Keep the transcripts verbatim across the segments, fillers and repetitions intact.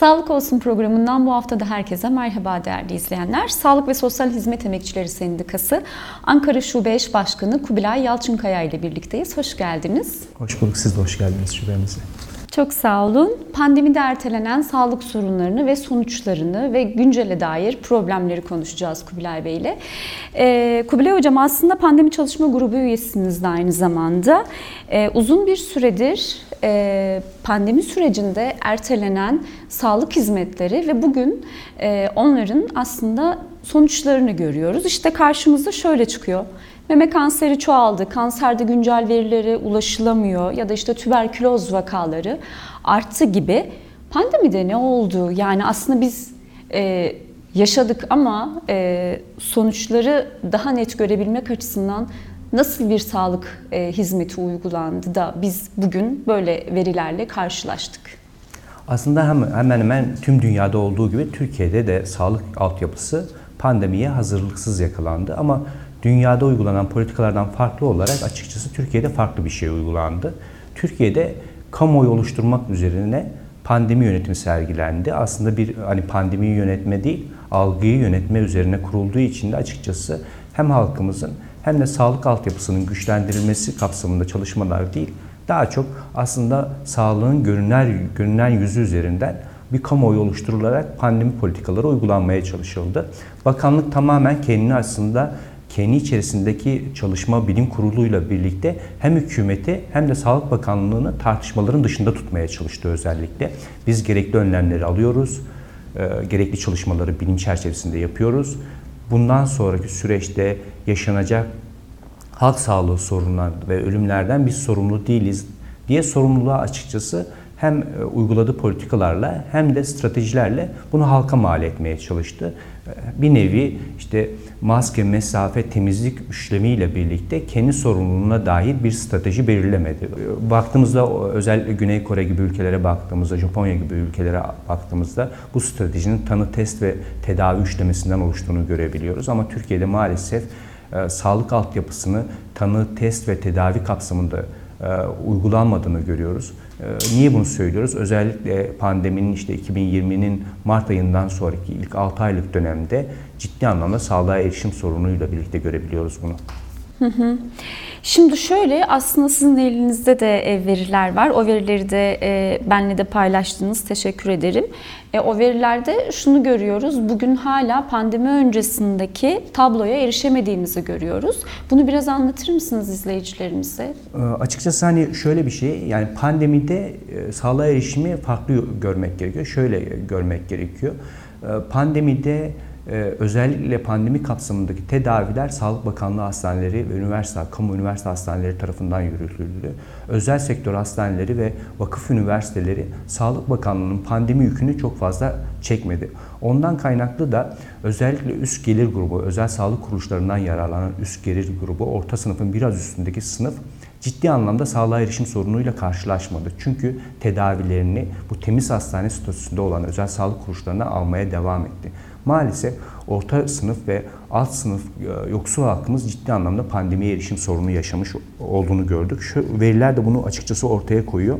Sağlık Olsun programından bu hafta da herkese merhaba değerli izleyenler. Sağlık ve Sosyal Hizmet Emekçileri Sendikası Ankara Şube Eş Başkanı Kubilay Yalçınkaya ile birlikteyiz. Hoş geldiniz. Hoş bulduk. Siz de hoş geldiniz şubemize. Çok sağ olun. Pandemide ertelenen sağlık sorunlarını ve sonuçlarını ve güncele dair problemleri konuşacağız Kubilay Bey ile. Ee, Kubilay Hocam aslında pandemi çalışma grubu üyesiniz de aynı zamanda. Ee, uzun bir süredir e, pandemi sürecinde ertelenen sağlık hizmetleri ve bugün e, onların aslında sonuçlarını görüyoruz. İşte karşımıza şöyle çıkıyor. Meme kanseri çoğaldı, kanserde güncel verilere ulaşılamıyor ya da işte tüberküloz vakaları arttı gibi. Pandemide ne oldu? Yani aslında biz e, yaşadık ama e, sonuçları daha net görebilmek açısından nasıl bir sağlık e, hizmeti uygulandı da biz bugün böyle verilerle karşılaştık? Aslında hemen hemen tüm dünyada olduğu gibi Türkiye'de de sağlık altyapısı pandemiye hazırlıksız yakalandı ama dünyada uygulanan politikalardan farklı olarak açıkçası Türkiye'de farklı bir şey uygulandı. Türkiye'de kamuoyu oluşturmak üzerine pandemi yönetimi sergilendi. Aslında bir hani pandemiyi yönetme değil, algıyı yönetme üzerine kurulduğu için de açıkçası hem halkımızın hem de sağlık altyapısının güçlendirilmesi kapsamında çalışmalar değil, daha çok aslında sağlığın görünen, görünen yüzü üzerinden bir kamuoyu oluşturularak pandemi politikaları uygulanmaya çalışıldı. Bakanlık tamamen kendini aslında kendi içerisindeki çalışma bilim kuruluyla birlikte hem hükümeti hem de Sağlık Bakanlığı'nı tartışmaların dışında tutmaya çalıştı özellikle. Biz gerekli önlemleri alıyoruz, gerekli çalışmaları bilim çerçevesinde yapıyoruz. Bundan sonraki süreçte yaşanacak halk sağlığı sorunları ve ölümlerden biz sorumlu değiliz diye sorumluluğa açıkçası hem uyguladığı politikalarla hem de stratejilerle bunu halka mal etmeye çalıştı. Bir nevi işte maske, mesafe, temizlik işlemiyle birlikte kendi sorumluluğuna dair bir strateji belirlemedi. Baktığımızda özellikle Güney Kore gibi ülkelere baktığımızda, Japonya gibi ülkelere baktığımızda bu stratejinin tanı, test ve tedavi üçlemesinden oluştuğunu görebiliyoruz. Ama Türkiye'de maalesef e, sağlık altyapısını tanı, test ve tedavi kapsamında e, uygulanmadığını görüyoruz. Niye bunu söylüyoruz? Özellikle pandeminin işte iki bin yirminin Mart ayından sonraki ilk altı aylık dönemde ciddi anlamda sağlığa erişim sorunuyla birlikte görebiliyoruz bunu. Hı hı. Şimdi şöyle aslında sizin elinizde de veriler var. O verileri de e, benle de paylaştınız. Teşekkür ederim. E, o verilerde şunu görüyoruz. Bugün hala pandemi öncesindeki tabloya erişemediğimizi görüyoruz. Bunu biraz anlatır mısınız izleyicilerimize? E, açıkçası hani şöyle bir şey. Yani pandemide e, sağlığa erişimi farklı görmek gerekiyor. Şöyle görmek gerekiyor. E, pandemide Ee, özellikle pandemi kapsamındaki tedaviler Sağlık Bakanlığı hastaneleri ve üniversite, kamu üniversite hastaneleri tarafından yürütüldü. Özel sektör hastaneleri ve vakıf üniversiteleri Sağlık Bakanlığı'nın pandemi yükünü çok fazla çekmedi. Ondan kaynaklı da özellikle üst gelir grubu, özel sağlık kuruluşlarından yararlanan üst gelir grubu, orta sınıfın biraz üstündeki sınıf ciddi anlamda sağlığa erişim sorunuyla karşılaşmadı. Çünkü tedavilerini bu temiz hastane statüsünde olan özel sağlık kuruluşlarına almaya devam etti. Maalesef orta sınıf ve alt sınıf yoksul halkımız ciddi anlamda pandemiye erişim sorunu yaşamış olduğunu gördük. Şu veriler de bunu açıkçası ortaya koyuyor.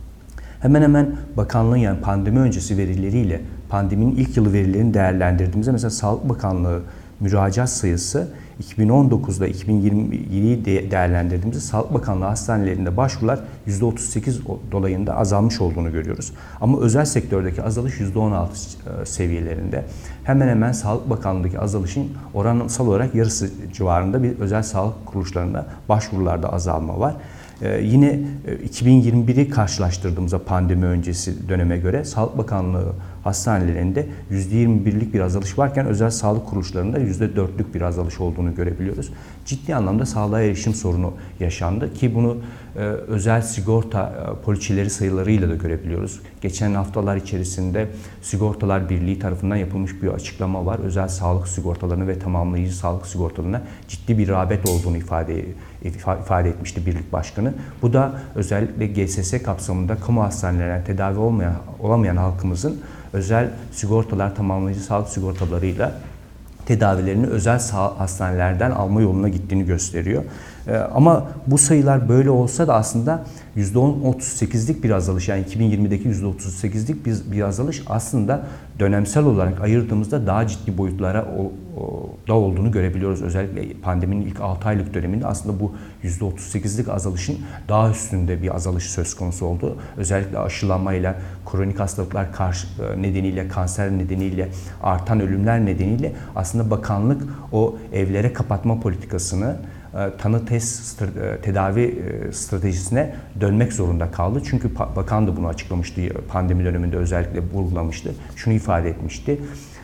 Hemen hemen bakanlığın yani pandemi öncesi verileriyle pandeminin ilk yılı verilerini değerlendirdiğimizde mesela Sağlık Bakanlığı müracaat sayısı iki bin on dokuzda iki bin yirmiyi değerlendirdiğimizde Sağlık Bakanlığı hastanelerinde başvurular yüzde otuz sekiz dolayında azalmış olduğunu görüyoruz. Ama özel sektördeki azalış yüzde on altı seviyelerinde. Hemen hemen Sağlık Bakanlığı'ndaki azalışın oransal olarak yarısı civarında bir özel sağlık kuruluşlarında başvurularda azalma var. Ee, yine iki bin yirmi biri karşılaştırdığımızda pandemi öncesi döneme göre Sağlık Bakanlığı hastanelerinde yüzde yirmi birlik bir azalış varken özel sağlık kuruluşlarında yüzde dörtlük bir azalış olduğunu görebiliyoruz. Ciddi anlamda sağlığa erişim sorunu yaşandı ki bunu e, özel sigorta e, poliçeleri sayılarıyla da görebiliyoruz. Geçen haftalar içerisinde Sigortalar Birliği tarafından yapılmış bir açıklama var. Özel sağlık sigortalarını ve tamamlayıcı sağlık sigortalarına ciddi bir rağbet olduğunu ifade ifade etmişti Birlik Başkanı. Bu da özellikle G S S kapsamında kamu hastanelerine tedavi olmayan, olamayan halkımızın özel sigortalar, tamamlayıcı sağlık sigortalarıyla tedavilerini özel hastanelerden alma yoluna gittiğini gösteriyor. Ama bu sayılar böyle olsa da aslında yüzde on otuz sekizlik bir azalış, yani iki bin yirmideki yüzde otuz sekizlik bir, bir azalış aslında dönemsel olarak ayırdığımızda daha ciddi boyutlara o, o, da olduğunu görebiliyoruz. Özellikle pandeminin ilk altı aylık döneminde aslında bu yüzde otuz sekizlik azalışın daha üstünde bir azalış söz konusu oldu. Özellikle aşılanmayla, kronik hastalıklar karşı, nedeniyle, kanser nedeniyle, artan ölümler nedeniyle aslında bakanlık o evlere kapatma politikasını tanı test tedavi stratejisine dönmek zorunda kaldı. Çünkü bakan da bunu açıklamıştı, pandemi döneminde özellikle vurgulamıştı. Şunu ifade etmişti.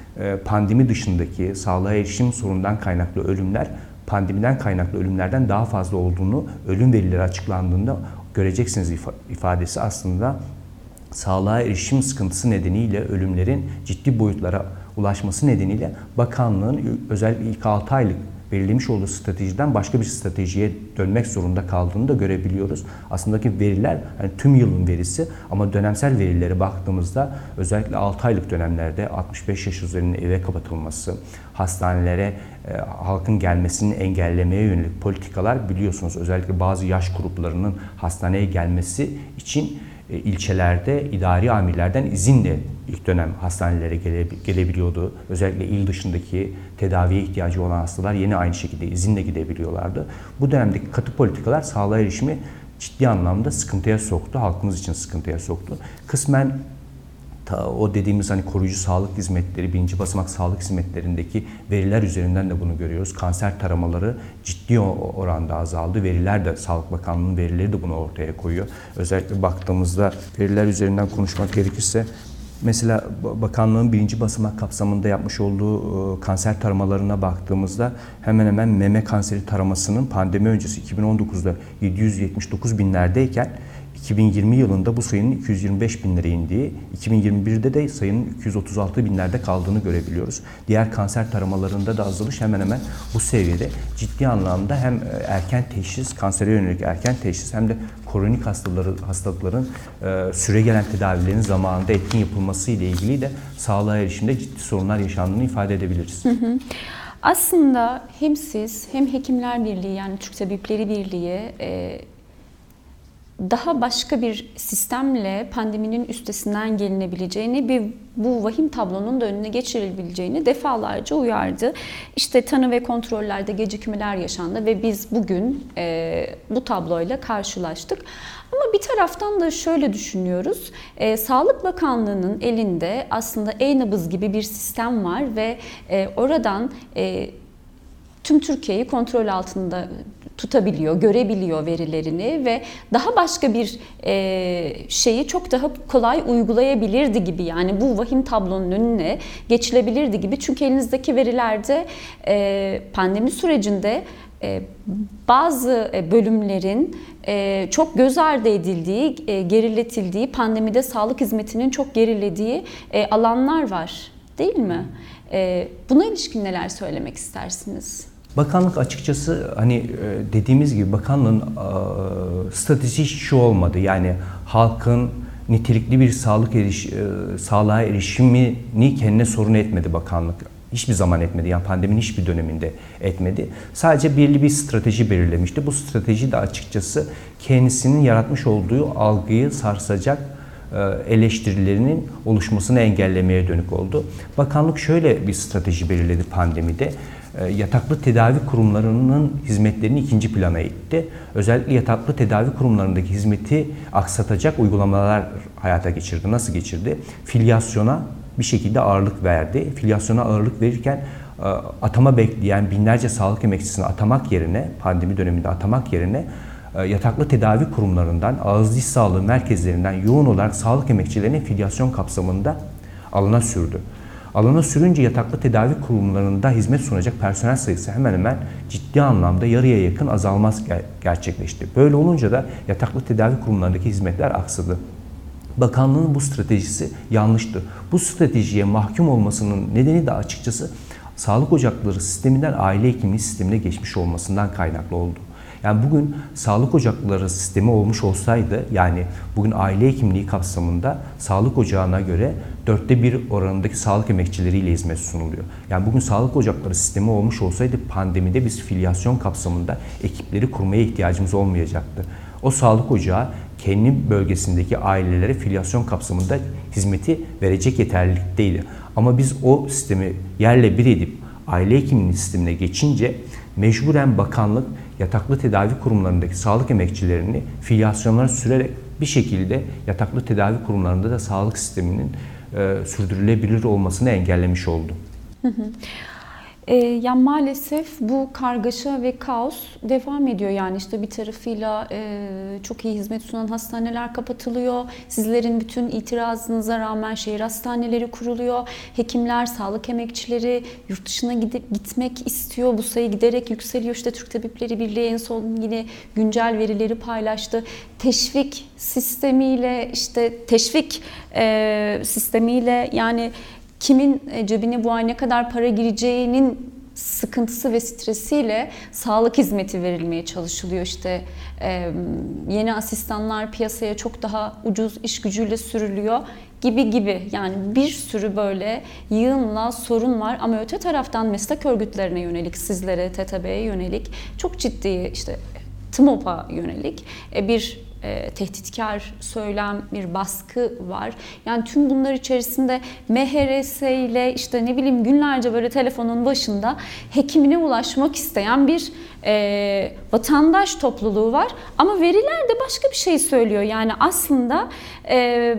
Pandemi dışındaki sağlığa erişim sorunundan kaynaklı ölümler pandemiden kaynaklı ölümlerden daha fazla olduğunu ölüm verileri açıklandığında göreceksiniz ifadesi aslında sağlığa erişim sıkıntısı nedeniyle ölümlerin ciddi boyutlara ulaşması nedeniyle bakanlığın özellikle ilk altı aylık belirlemiş olduğu stratejiden başka bir stratejiye dönmek zorunda kaldığını da görebiliyoruz. Aslında ki veriler yani tüm yılın verisi ama dönemsel verilere baktığımızda özellikle altı aylık dönemlerde altmış beş yaş üzerinde eve kapatılması, hastanelere e, halkın gelmesini engellemeye yönelik politikalar biliyorsunuz. Özellikle bazı yaş gruplarının hastaneye gelmesi için e, ilçelerde idari amirlerden izinle ilk dönem hastanelere gele, gelebiliyordu. Özellikle il dışındaki tedaviye ihtiyacı olan hastalar yine aynı şekilde izinle gidebiliyorlardı. Bu dönemdeki katı politikalar sağlığa erişimi ciddi anlamda sıkıntıya soktu. Halkımız için sıkıntıya soktu. Kısmen ta o dediğimiz hani koruyucu sağlık hizmetleri, birinci basamak sağlık hizmetlerindeki veriler üzerinden de bunu görüyoruz. Kanser taramaları ciddi oranda azaldı. Veriler de, Sağlık Bakanlığı'nın verileri de bunu ortaya koyuyor. Özellikle baktığımızda veriler üzerinden konuşmak gerekirse, mesela bakanlığın birinci basamak kapsamında yapmış olduğu kanser taramalarına baktığımızda hemen hemen meme kanseri taramasının pandemi öncesi iki bin on dokuzda yedi yüz yetmiş dokuz binlerdeyken iki bin yirmi yılında bu sayının iki yüz yirmi beş binlere indiği, iki bin yirmi birde de sayının iki yüz otuz altı binlerde kaldığını görebiliyoruz. Diğer kanser taramalarında da azalış hemen hemen bu seviyede. Ciddi anlamda hem erken teşhis, kansere yönelik erken teşhis hem de kronik hastaları, hastalıkların e, süregelen tedavilerin zamanında etkin yapılması ile ilgili de sağlığa erişimde ciddi sorunlar yaşandığını ifade edebiliriz. Hı hı. Aslında hem siz hem Hekimler Birliği yani Türk Tabipleri Birliği e, daha başka bir sistemle pandeminin üstesinden gelinebileceğini, bir bu vahim tablonun da önüne geçirebileceğini defalarca uyardı. İşte tanı ve kontrollerde gecikmeler yaşandı ve biz bugün e, bu tabloyla karşılaştık. Ama bir taraftan da şöyle düşünüyoruz, e, Sağlık Bakanlığı'nın elinde aslında e-nabız gibi bir sistem var ve e, oradan e, tüm Türkiye'yi kontrol altında tutabiliyor, görebiliyor verilerini ve daha başka bir e, şeyi çok daha kolay uygulayabilirdi gibi, yani bu vahim tablonun önüne geçilebilirdi gibi. Çünkü elinizdeki verilerde e, pandemi sürecinde e, bazı bölümlerin e, çok göz ardı edildiği, e, geriletildiği, pandemide sağlık hizmetinin çok gerilediği e, alanlar var, değil mi? E, buna ilişkin neler söylemek istersiniz? Bakanlık açıkçası hani dediğimiz gibi bakanlığın stratejisi şu olmadı. Yani halkın nitelikli bir sağlık eriş, sağlığa erişimini kendine sorun etmedi bakanlık. Hiçbir zaman etmedi. Yani pandeminin hiçbir döneminde etmedi. Sadece belli bir strateji belirlemişti. Bu strateji de açıkçası kendisinin yaratmış olduğu algıyı sarsacak eleştirilerinin oluşmasını engellemeye dönük oldu. Bakanlık şöyle bir strateji belirledi pandemide. Yataklı tedavi kurumlarının hizmetlerini ikinci plana itti. Özellikle yataklı tedavi kurumlarındaki hizmeti aksatacak uygulamalar hayata geçirdi. Nasıl geçirdi? Filyasyona bir şekilde ağırlık verdi. Filyasyona ağırlık verirken atama bekleyen binlerce sağlık emekçisini atamak yerine, pandemi döneminde atamak yerine yataklı tedavi kurumlarından, ağız diş sağlığı merkezlerinden yoğun olarak sağlık emekçilerini filyasyon kapsamında alana sürdü. Alana sürünce yataklı tedavi kurumlarında hizmet sunacak personel sayısı hemen hemen ciddi anlamda yarıya yakın azalmaz gerçekleşti. Böyle olunca da yataklı tedavi kurumlarındaki hizmetler aksadı. Bakanlığın bu stratejisi yanlıştı. Bu stratejiye mahkum olmasının nedeni de açıkçası sağlık ocakları sisteminden aile hekimliği sistemine geçmiş olmasından kaynaklı oldu. Yani bugün sağlık ocakları sistemi olmuş olsaydı, yani bugün aile hekimliği kapsamında sağlık ocağına göre dörtte bir oranındaki sağlık emekçileriyle hizmet sunuluyor. Yani bugün sağlık ocakları sistemi olmuş olsaydı pandemide biz filyasyon kapsamında ekipleri kurmaya ihtiyacımız olmayacaktı. O sağlık ocağı kendi bölgesindeki ailelere filyasyon kapsamında hizmeti verecek yeterlilikteydi. Ama biz o sistemi yerle bir edip aile hekimliği sistemine geçince mecburen bakanlık yataklı tedavi kurumlarındaki sağlık emekçilerini filyasyonlara sürerek bir şekilde yataklı tedavi kurumlarında da sağlık sisteminin e, sürdürülebilir olmasını engellemiş oldu. Hı hı. E, yani maalesef bu kargaşa ve kaos devam ediyor. Yani işte bir tarafıyla e, çok iyi hizmet sunan hastaneler kapatılıyor. Sizlerin bütün itirazınıza rağmen şehir hastaneleri kuruluyor. Hekimler, sağlık emekçileri yurt dışına gidip gitmek istiyor. Bu sayı giderek yükseliyor. İşte Türk Tabipleri Birliği en son yine güncel verileri paylaştı. Teşvik sistemiyle işte teşvik e, sistemiyle yani kimin cebine bu ay ne kadar para gireceğinin sıkıntısı ve stresiyle sağlık hizmeti verilmeye çalışılıyor. İşte e, yeni asistanlar piyasaya çok daha ucuz iş gücüyle sürülüyor gibi gibi. Yani bir sürü böyle yığınla sorun var ama öte taraftan meslek örgütlerine yönelik, sizlere, T T B'ye yönelik çok ciddi işte TMOP'a yönelik bir E, tehditkar söylem, bir baskı var. Yani tüm bunlar içerisinde M H R S ile işte ne bileyim günlerce böyle telefonun başında hekimine ulaşmak isteyen bir e, vatandaş topluluğu var. Ama veriler de başka bir şey söylüyor. Yani aslında e,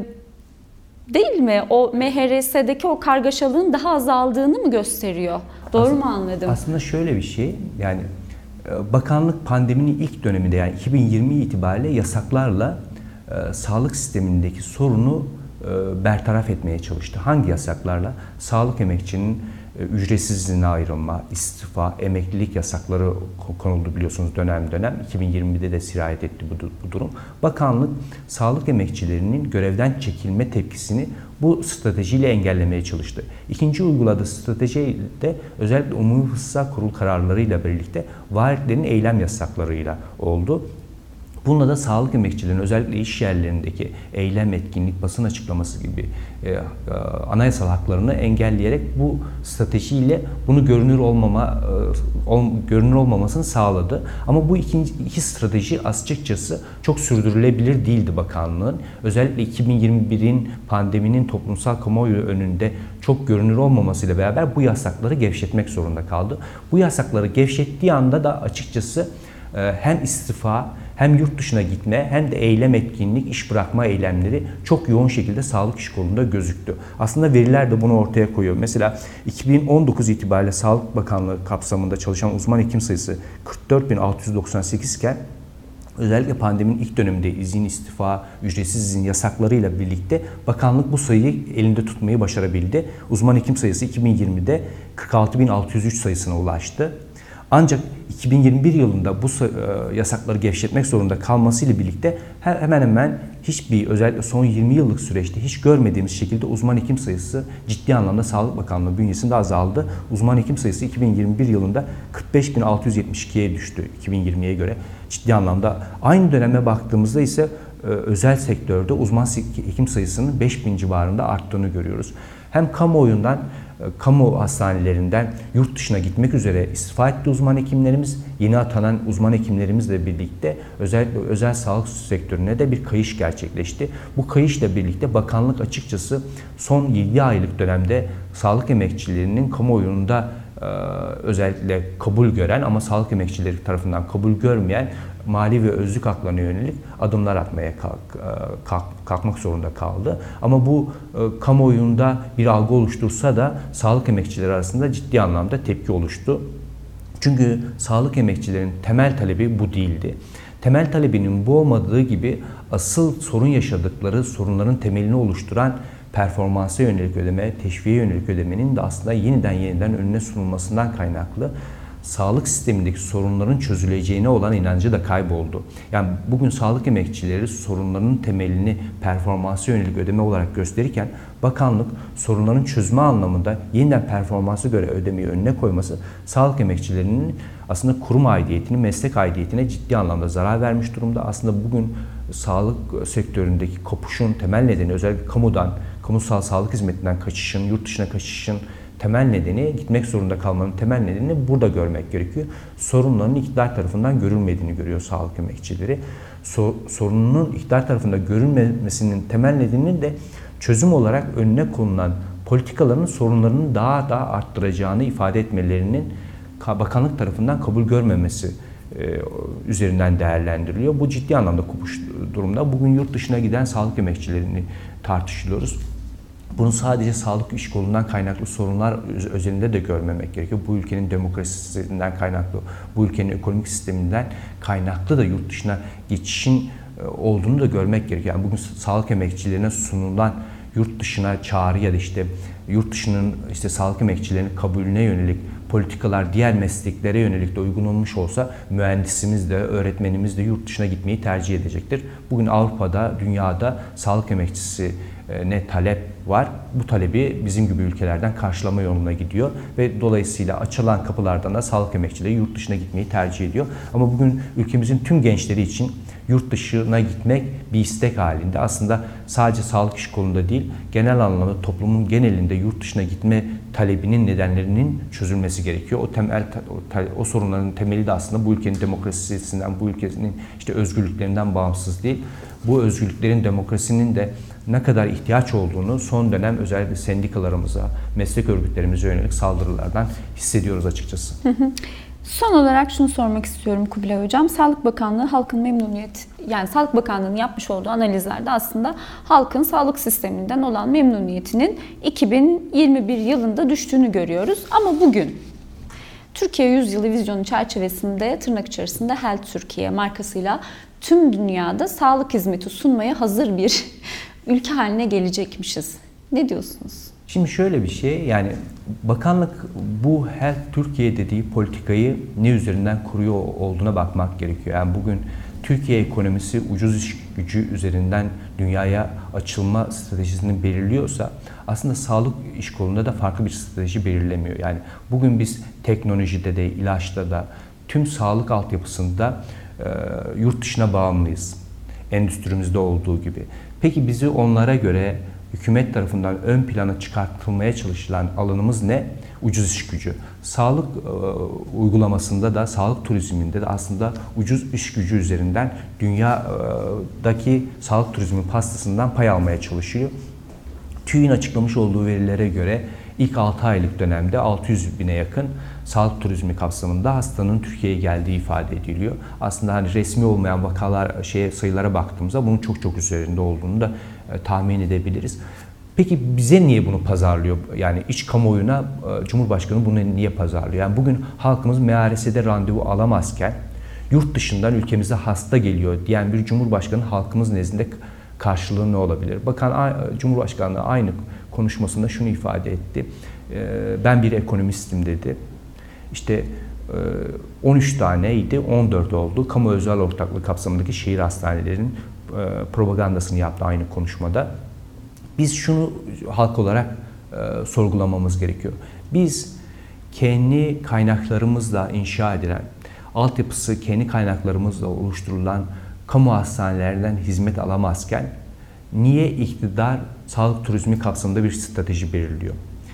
değil mi? O M H R S'deki o kargaşalığın daha azaldığını mı gösteriyor? Doğru aslında, mu anladım? Aslında şöyle bir şey, yani bakanlık pandeminin ilk döneminde yani iki bin yirmi itibariyle yasaklarla e, sağlık sistemindeki sorunu e, bertaraf etmeye çalıştı. Hangi yasaklarla? Sağlık emekçinin e, ücretsiz izine ayrılma, istifa, emeklilik yasakları konuldu biliyorsunuz dönem dönem. iki bin yirmide de sirayet etti bu, bu durum. Bakanlık sağlık emekçilerinin görevden çekilme tepkisini bu stratejiyle engellemeye çalıştı. İkinci uyguladığı strateji de özellikle umumi hıfzı kurul kararlarıyla birlikte valiliklerin eylem yasaklarıyla oldu. Bununla da sağlık emekçilerinin özellikle iş yerlerindeki eylem, etkinlik, basın açıklaması gibi e, e, anayasal haklarını engelleyerek bu stratejiyle bunu görünür olmama e, ol, görünür olmamasını sağladı. Ama bu ikinci iki strateji açıkçası çok sürdürülebilir değildi bakanlığın. Özellikle iki bin yirmi birin pandeminin toplumsal kamuoyu önünde çok görünür olmamasıyla beraber bu yasakları gevşetmek zorunda kaldı. Bu yasakları gevşettiği anda da açıkçası e, hem istifa hem yurt dışına gitme hem de eylem, etkinlik, iş bırakma eylemleri çok yoğun şekilde sağlık iş kolunda gözüktü. Aslında veriler de bunu ortaya koyuyor. Mesela iki bin on dokuz itibariyle Sağlık Bakanlığı kapsamında çalışan uzman hekim sayısı kırk dört bin altı yüz doksan sekiz iken özellikle pandeminin ilk döneminde izin, istifa, ücretsiz izin yasaklarıyla birlikte bakanlık bu sayıyı elinde tutmayı başarabildi. Uzman hekim sayısı iki bin yirmide kırk altı bin altı yüz üç sayısına ulaştı. Ancak iki bin yirmi bir yılında bu yasakları gevşetmek zorunda kalmasıyla birlikte hemen hemen hiçbir özellikle son yirmi yıllık süreçte hiç görmediğimiz şekilde uzman hekim sayısı ciddi anlamda Sağlık Bakanlığı bünyesinde azaldı. Uzman hekim sayısı iki bin yirmi bir yılında kırk beş bin altı yüz yetmiş ikiye düştü iki bin yirmiye göre ciddi anlamda. Aynı döneme baktığımızda ise özel sektörde uzman hekim sayısının beş bin civarında arttığını görüyoruz. Hem kamuoyundan, kamu hastanelerinden yurt dışına gitmek üzere istifa etti uzman hekimlerimiz. Yeni atanan uzman hekimlerimizle birlikte özellikle özel sağlık sektörüne de bir kayış gerçekleşti. Bu kayışla birlikte bakanlık açıkçası son yedi aylık dönemde sağlık emekçilerinin kamuoyunda özellikle kabul gören ama sağlık emekçileri tarafından kabul görmeyen mali ve özlük haklarına yönelik adımlar atmaya kalk, kalk, kalkmak zorunda kaldı. Ama bu e, kamuoyunda bir algı oluştursa da sağlık emekçileri arasında ciddi anlamda tepki oluştu. Çünkü sağlık emekçilerinin temel talebi bu değildi. Temel talebinin bu olmadığı gibi asıl sorun yaşadıkları sorunların temelini oluşturan performansa yönelik ödeme, teşviğe yönelik ödemenin de aslında yeniden yeniden önüne sunulmasından kaynaklı sağlık sistemindeki sorunların çözüleceğine olan inancı da kayboldu. Yani bugün sağlık emekçileri sorunların temelini performansa yönelik ödeme olarak gösterirken bakanlık sorunların çözme anlamında yeniden performansa göre ödemeyi önüne koyması sağlık emekçilerinin aslında kurum aidiyetini, meslek aidiyetine ciddi anlamda zarar vermiş durumda. Aslında bugün sağlık sektöründeki kopuşun temel nedeni özellikle kamudan, kamusal sağlık hizmetinden kaçışın, yurt dışına kaçışın temel nedeni, gitmek zorunda kalmanın temel nedenini burada görmek gerekiyor. Sorunların iktidar tarafından görülmediğini görüyor sağlık emekçileri. So, sorunun iktidar tarafından görülmemesinin temel nedeni de çözüm olarak önüne konulan politikaların sorunlarını daha da arttıracağını ifade etmelerinin bakanlık tarafından kabul görmemesi üzerinden değerlendiriliyor. Bu ciddi anlamda kopuş durumda. Bugün yurt dışına giden sağlık emekçilerini tartışıyoruz. Bunu sadece sağlık iş kolundan kaynaklı sorunlar özelinde de görmemek gerekiyor. Bu ülkenin demokrasisinden kaynaklı, bu ülkenin ekonomik sisteminden kaynaklı da yurt dışına geçişin olduğunu da görmek gerekiyor. Yani bugün sağlık emekçilerine sunulan yurt dışına çağrı ya da işte yurt dışının işte sağlık emekçilerinin kabulüne yönelik politikalar diğer mesleklere yönelik de uygulanmış olsa mühendisimiz de, öğretmenimiz de yurt dışına gitmeyi tercih edecektir. Bugün Avrupa'da, dünyada sağlık emekçisi ne talep var. Bu talebi bizim gibi ülkelerden karşılama yoluna gidiyor ve dolayısıyla açılan kapılardan da sağlık emekçileri yurt dışına gitmeyi tercih ediyor. Ama bugün ülkemizin tüm gençleri için yurt dışına gitmek bir istek halinde. Aslında sadece sağlık iş kolunda değil, genel anlamda toplumun genelinde yurt dışına gitme talebinin nedenlerinin çözülmesi gerekiyor. O temel o, o sorunların temeli de aslında bu ülkenin demokrasisinden, bu ülkenin işte özgürlüklerinden bağımsız değil. Bu özgürlüklerin, demokrasinin de ne kadar ihtiyaç olduğunu son dönem özellikle sendikalarımıza, meslek örgütlerimize yönelik saldırılardan hissediyoruz açıkçası. Hı hı. Son olarak şunu sormak istiyorum Kubilay Hocam. Sağlık Bakanlığı halkın memnuniyet, yani Sağlık Bakanlığı'nın yapmış olduğu analizlerde aslında halkın sağlık sisteminden olan memnuniyetinin iki bin yirmi bir yılında düştüğünü görüyoruz. Ama bugün Türkiye Yüzyılı Vizyonu çerçevesinde tırnak içerisinde Health Türkiye markasıyla tüm dünyada sağlık hizmeti sunmaya hazır bir ülke haline gelecekmişiz. Ne diyorsunuz? Şimdi şöyle bir şey, yani bakanlık bu Health Türkiye dediği politikayı ne üzerinden kuruyor olduğuna bakmak gerekiyor. Yani bugün Türkiye ekonomisi ucuz iş gücü üzerinden dünyaya açılma stratejisini belirliyorsa aslında sağlık iş kolunda da farklı bir strateji belirlemiyor. Yani bugün biz teknolojide de, ilaçta da, tüm sağlık altyapısında e, yurt dışına bağımlıyız. Endüstrimizde olduğu gibi. Peki bizi onlara göre hükümet tarafından ön plana çıkartılmaya çalışılan alanımız ne? Ucuz iş gücü. Sağlık e, uygulamasında da, sağlık turizminde de aslında ucuz iş gücü üzerinden dünyadaki sağlık turizmi pastasından pay almaya çalışıyor. TÜİK'in açıklamış olduğu verilere göre ilk altı aylık dönemde altı yüz bine yakın sağlık turizmi kapsamında hastanın Türkiye'ye geldiği ifade ediliyor. Aslında hani resmi olmayan vakalar, şeye, sayılara baktığımızda bunun çok çok üzerinde olduğunu da e, tahmin edebiliriz. Peki bize niye bunu pazarlıyor? Yani iç kamuoyuna e, Cumhurbaşkanı bunu niye pazarlıyor? Yani bugün halkımız M E A R S'de randevu alamazken yurt dışından ülkemize hasta geliyor diyen bir Cumhurbaşkanı halkımız nezdinde karşılığı ne olabilir? Bakan Cumhurbaşkanlığı aynı konuşmasında şunu ifade etti. Ben bir ekonomistim dedi. İşte on üç taneydi, on dört oldu. Kamu özel ortaklığı kapsamındaki şehir hastanelerinin propagandasını yaptı aynı konuşmada. Biz şunu halk olarak sorgulamamız gerekiyor. Biz kendi kaynaklarımızla inşa edilen, altyapısı kendi kaynaklarımızla oluşturulan kamu hastanelerinden hizmet alamazken niye iktidar sağlık turizmi kapsamında bir strateji belirliyor?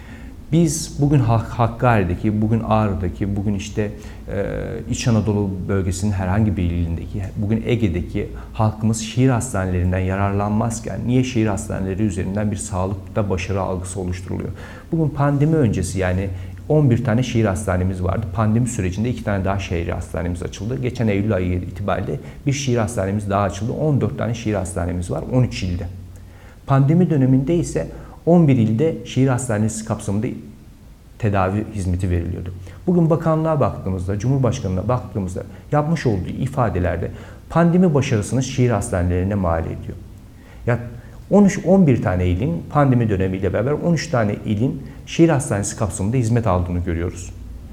Biz bugün Hakkari'deki, bugün Ağrı'daki, bugün işte e, İç Anadolu bölgesinin herhangi bir ilindeki, bugün Ege'deki halkımız şehir hastanelerinden yararlanmazken niye şehir hastaneleri üzerinden bir sağlıkta başarı algısı oluşturuluyor? Bugün pandemi öncesi yani on bir tane şehir hastanemiz vardı. Pandemi sürecinde iki tane daha şehir hastanemiz açıldı. Geçen Eylül ayı itibariyle bir şehir hastanemiz daha açıldı. on dört tane şehir hastanemiz var on üç ilde. Pandemi döneminde ise on bir ilde şehir hastanesi kapsamında tedavi hizmeti veriliyordu. Bugün bakanlığa baktığımızda, Cumhurbaşkanı'na baktığımızda yapmış olduğu ifadelerde pandemi başarısını şehir hastanelerine mal ediyor. Ya on üç on bir tane ilin pandemi dönemiyle beraber on üç tane ilin şehir hastanesi kapsamında hizmet aldığını görüyoruz.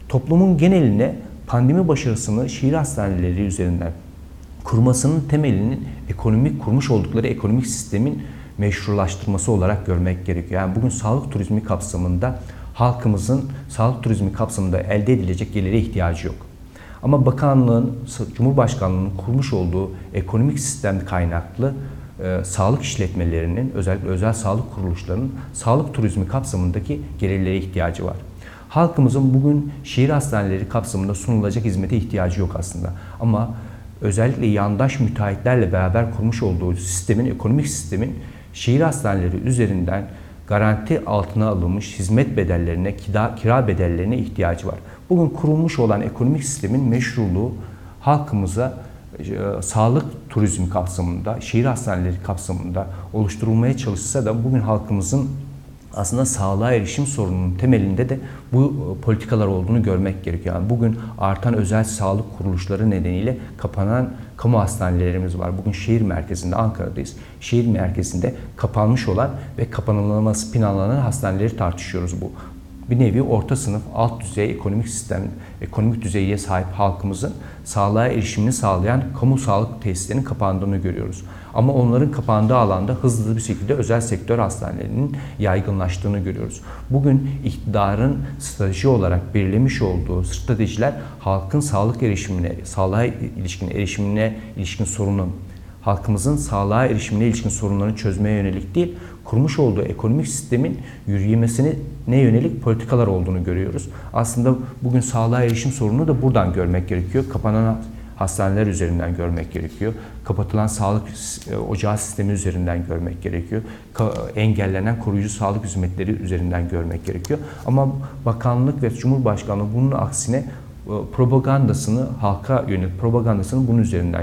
toplumun geneline pandemi başarısını şehir hastaneleri üzerinden kurmasının temelinin ekonomik kurmuş oldukları ekonomik sistemin meşrulaştırması olarak görmek gerekiyor. Yani bugün sağlık turizmi kapsamında halkımızın sağlık turizmi kapsamında elde edilecek gelire ihtiyacı yok. Ama bakanlığın, Cumhurbaşkanlığı'nın kurmuş olduğu ekonomik sistem kaynaklı e, sağlık işletmelerinin, özellikle özel sağlık kuruluşlarının sağlık turizmi kapsamındaki gelirlere ihtiyacı var. Halkımızın bugün şehir hastaneleri kapsamında sunulacak hizmete ihtiyacı yok aslında. Ama özellikle yandaş müteahhitlerle beraber kurmuş olduğu sistemin, ekonomik sistemin şehir hastaneleri üzerinden garanti altına alınmış hizmet bedellerine, kira, kira bedellerine ihtiyacı var. Bugün kurulmuş olan ekonomik sistemin meşruluğu halkımıza e, sağlık turizmi kapsamında, şehir hastaneleri kapsamında oluşturulmaya çalışsa da bugün halkımızın aslında sağlığa erişim sorununun temelinde de bu politikalar olduğunu görmek gerekiyor. Yani bugün artan özel sağlık kuruluşları nedeniyle kapanan kamu hastanelerimiz var. Bugün şehir merkezinde, Ankara'dayız. Şehir merkezinde kapanmış olan ve kapanılması planlanan hastaneleri tartışıyoruz bu. Bir nevi orta sınıf, alt düzey ekonomik sistem, ekonomik düzeye sahip halkımızın sağlığa erişimini sağlayan kamu sağlık tesislerinin kapandığını görüyoruz. Ama onların kapandığı alanda hızlı bir şekilde özel sektör hastanelerinin yaygınlaştığını görüyoruz. Bugün iktidarın strateji olarak belirlemiş olduğu stratejiler halkın sağlık erişimine, sağlığa ilişkin erişimine ilişkin sorunun, halkımızın sağlığa erişimine ilişkin sorunlarını çözmeye yönelik değil, kurmuş olduğu ekonomik sistemin yürümesine ne yönelik politikalar olduğunu görüyoruz. Aslında bugün sağlığa erişim sorununu da buradan görmek gerekiyor. Kapanan hastaneler üzerinden görmek gerekiyor. Kapatılan sağlık ocağı sistemi üzerinden görmek gerekiyor. Engellenen koruyucu sağlık hizmetleri üzerinden görmek gerekiyor. Ama bakanlık ve Cumhurbaşkanlığı bunun aksine propagandasını, halka yönelik propagandasını bunun üzerinden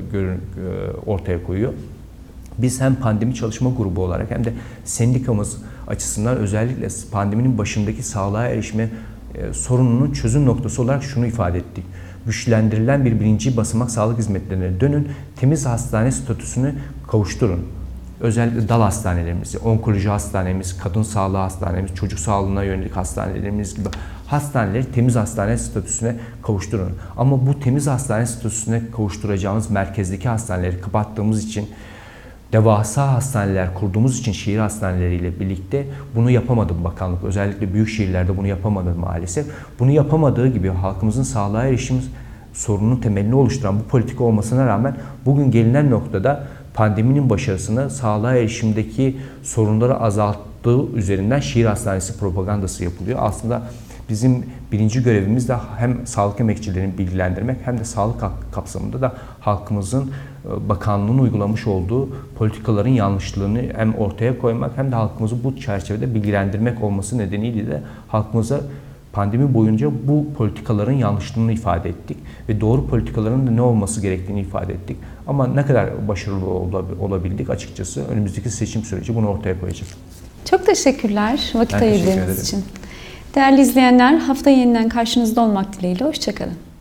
ortaya koyuyor. Biz hem pandemi çalışma grubu olarak hem de sendikamız açısından özellikle pandeminin başındaki sağlığa erişme sorununun çözüm noktası olarak şunu ifade ettik. Güçlendirilen bir birinci basamak sağlık hizmetlerine dönün, temiz hastane statüsünü kavuşturun. Özellikle dal hastanelerimizi, onkoloji hastanemiz, kadın sağlığı hastanemiz, çocuk sağlığına yönelik hastanelerimiz gibi hastaneleri temiz hastane statüsüne kavuşturun. Ama bu temiz hastane statüsüne kavuşturacağımız merkezdeki hastaneleri kapattığımız için, devasa hastaneler kurduğumuz için şehir hastaneleriyle birlikte bunu yapamadı bakanlık. Özellikle büyük şehirlerde bunu yapamadı maalesef. Bunu yapamadığı gibi halkımızın sağlığa erişim sorununun temelini oluşturan bu politika olmasına rağmen bugün gelinen noktada pandeminin başarısını sağlığa erişimdeki sorunları azalttığı üzerinden şehir hastanesi propagandası yapılıyor. Aslında bizim birinci görevimiz de hem sağlık emekçilerini bilgilendirmek hem de sağlık kapsamında da halkımızın bakanlığın uygulamış olduğu politikaların yanlışlığını hem ortaya koymak hem de halkımızı bu çerçevede bilgilendirmek olması nedeniyle de halkımıza pandemi boyunca bu politikaların yanlışlığını ifade ettik ve doğru politikaların da ne olması gerektiğini ifade ettik. Ama ne kadar başarılı olabildik açıkçası önümüzdeki seçim süreci bunu ortaya koyacak. Çok teşekkürler vakit Ben teşekkür ayırdığınız ederim. için. Değerli izleyenler, haftaya yeniden karşınızda olmak dileğiyle. Hoşça kalın.